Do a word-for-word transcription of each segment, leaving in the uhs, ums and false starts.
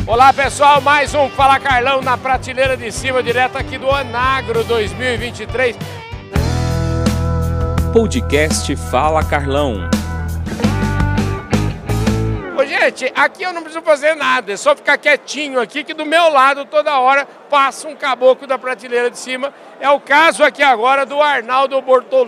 Olá pessoal, mais um Fala Carlão na prateleira de cima, direto aqui do Anagro dois mil e vinte e três. Podcast Fala Carlão. Ô, gente, aqui eu não preciso fazer nada, é só ficar quietinho aqui que do meu lado toda hora passa um caboclo da prateleira de cima. É o caso aqui agora do Arnaldo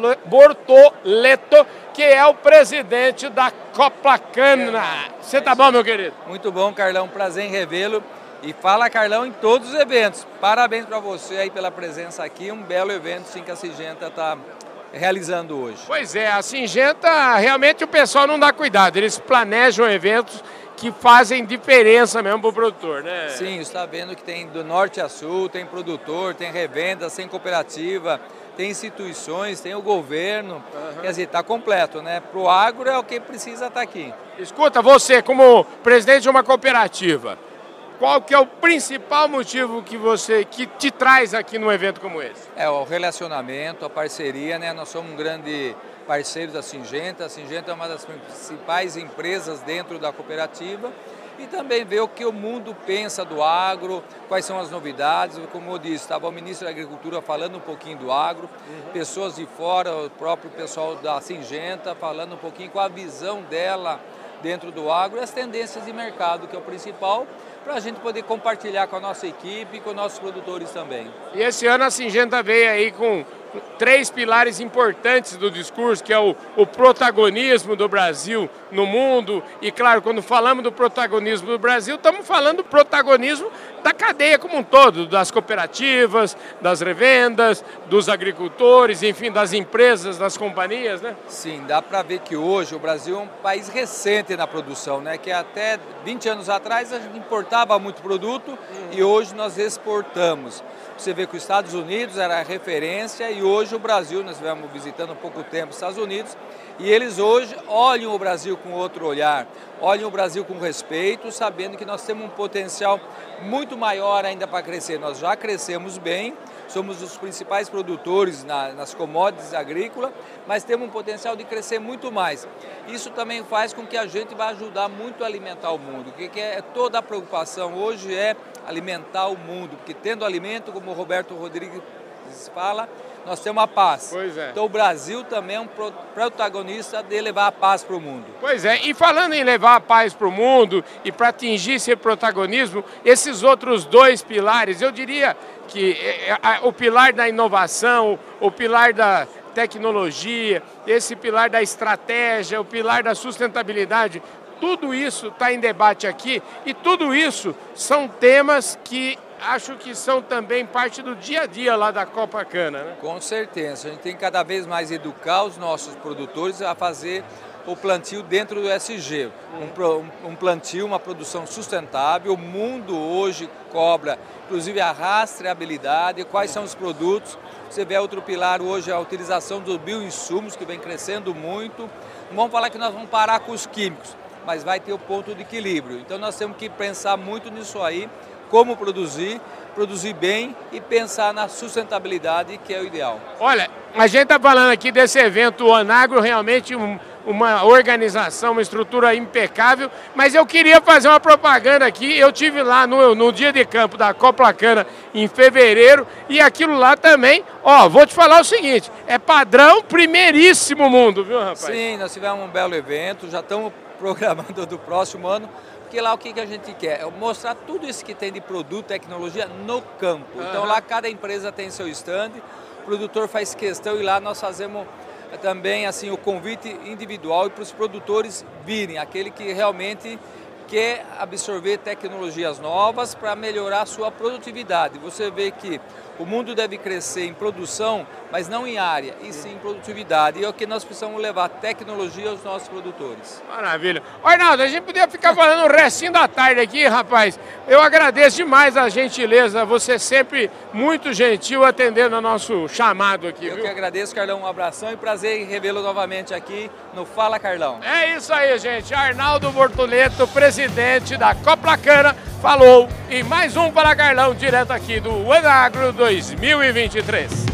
Bortoleto, que é o presidente da Coplacana. Você tá bom, meu querido? Muito bom, Carlão. Prazer em revê-lo. E Fala Carlão em todos os eventos. Parabéns para você aí pela presença aqui. Um belo evento, sim, que a Syngenta está realizando hoje. Pois é, a Syngenta, realmente o pessoal não dá cuidado. Eles planejam eventos que fazem diferença mesmo para o produtor, né? Sim, você está vendo que tem do norte a sul, tem produtor, tem revenda, tem cooperativa, tem instituições, tem o governo, uhum. Quer dizer, está completo, né? Para o agro é o que precisa estar aqui. Escuta, você como presidente de uma cooperativa, qual que é o principal motivo que você que te traz aqui num evento como esse? É o relacionamento, a parceria, né? Nós somos um grande parceiro da Syngenta. A Syngenta é uma das principais empresas dentro da cooperativa. E também ver o que o mundo pensa do agro, quais são as novidades. Como eu disse, estava o ministro da Agricultura falando um pouquinho do agro, uhum. Pessoas de fora, o próprio pessoal da Syngenta falando um pouquinho com a visão dela dentro do agro e as tendências de mercado, que é o principal, para a gente poder compartilhar com a nossa equipe e com nossos produtores também. E esse ano a Syngenta veio aí com três pilares importantes do discurso, que é o, o protagonismo do Brasil no mundo. E claro, quando falamos do protagonismo do Brasil, estamos falando do protagonismo da cadeia como um todo, das cooperativas, das revendas, dos agricultores, enfim, das empresas, das companhias, né? Sim, dá para ver que hoje o Brasil é um país recente na produção, né? Que até vinte anos atrás a gente importava muito produto, uhum. E hoje nós exportamos. Você vê que os Estados Unidos era a referência e hoje o Brasil, nós estivemos visitando há pouco tempo os Estados Unidos, e eles hoje olham o Brasil com outro olhar, olham o Brasil com respeito, sabendo que nós temos um potencial muito maior ainda para crescer. Nós já crescemos bem, somos os principais produtores na, nas commodities agrícolas, mas temos um potencial de crescer muito mais. Isso também faz com que a gente vá ajudar muito a alimentar o mundo. O que, que é toda a preocupação hoje é alimentar o mundo, porque tendo alimento, como o Roberto Rodrigues fala, nós temos a paz. Pois é. Então o Brasil também é um protagonista de levar a paz para o mundo. Pois é, e falando em levar a paz para o mundo e para atingir esse protagonismo, esses outros dois pilares, eu diria que o pilar da inovação, o pilar da tecnologia, esse pilar da estratégia, o pilar da sustentabilidade, tudo isso está em debate aqui e tudo isso são temas que acho que são também parte do dia a dia lá da Coplacana, né? Com certeza, a gente tem que cada vez mais educar os nossos produtores a fazer o plantio dentro do E S G, um, um plantio, uma produção sustentável. O mundo hoje cobra, inclusive, a rastreabilidade, quais são os produtos. Você vê outro pilar hoje, a utilização dos bioinsumos, que vem crescendo muito. Não vamos falar que nós vamos parar com os químicos, mas vai ter o ponto de equilíbrio. Então nós temos que pensar muito nisso aí, como produzir, produzir bem e pensar na sustentabilidade, que é o ideal. Olha, a gente está falando aqui desse evento, o Anagro, realmente um, uma organização, uma estrutura impecável, mas eu queria fazer uma propaganda aqui. Eu tive lá no, no dia de campo da Coplacana em fevereiro e aquilo lá também, ó, vou te falar o seguinte, é padrão primeiríssimo mundo, viu, rapaz? Sim, nós tivemos um belo evento, já estamos programando do próximo ano, porque lá o que, que a gente quer? É mostrar tudo isso que tem de produto, tecnologia no campo. Uhum. Então lá cada empresa tem seu stand, o produtor faz questão e lá nós fazemos também assim o convite individual e para os produtores virem, aquele que realmente quer absorver tecnologias novas para melhorar a sua produtividade. Você vê que o mundo deve crescer em produção, mas não em área, e sim em produtividade. E é o que nós precisamos levar tecnologia aos nossos produtores. Maravilha. Arnaldo, a gente podia ficar falando o restinho da tarde aqui, rapaz. Eu agradeço demais a gentileza, você sempre muito gentil atendendo ao nosso chamado aqui. Eu viu? que agradeço, Carlão, um abração e prazer em revê-lo novamente aqui no Fala Carlão. É isso aí, gente. Arnaldo Bortoleto, presidente da Coplacana, falou em mais um Fala Carlão, direto aqui do Anagro dois mil e vinte e três.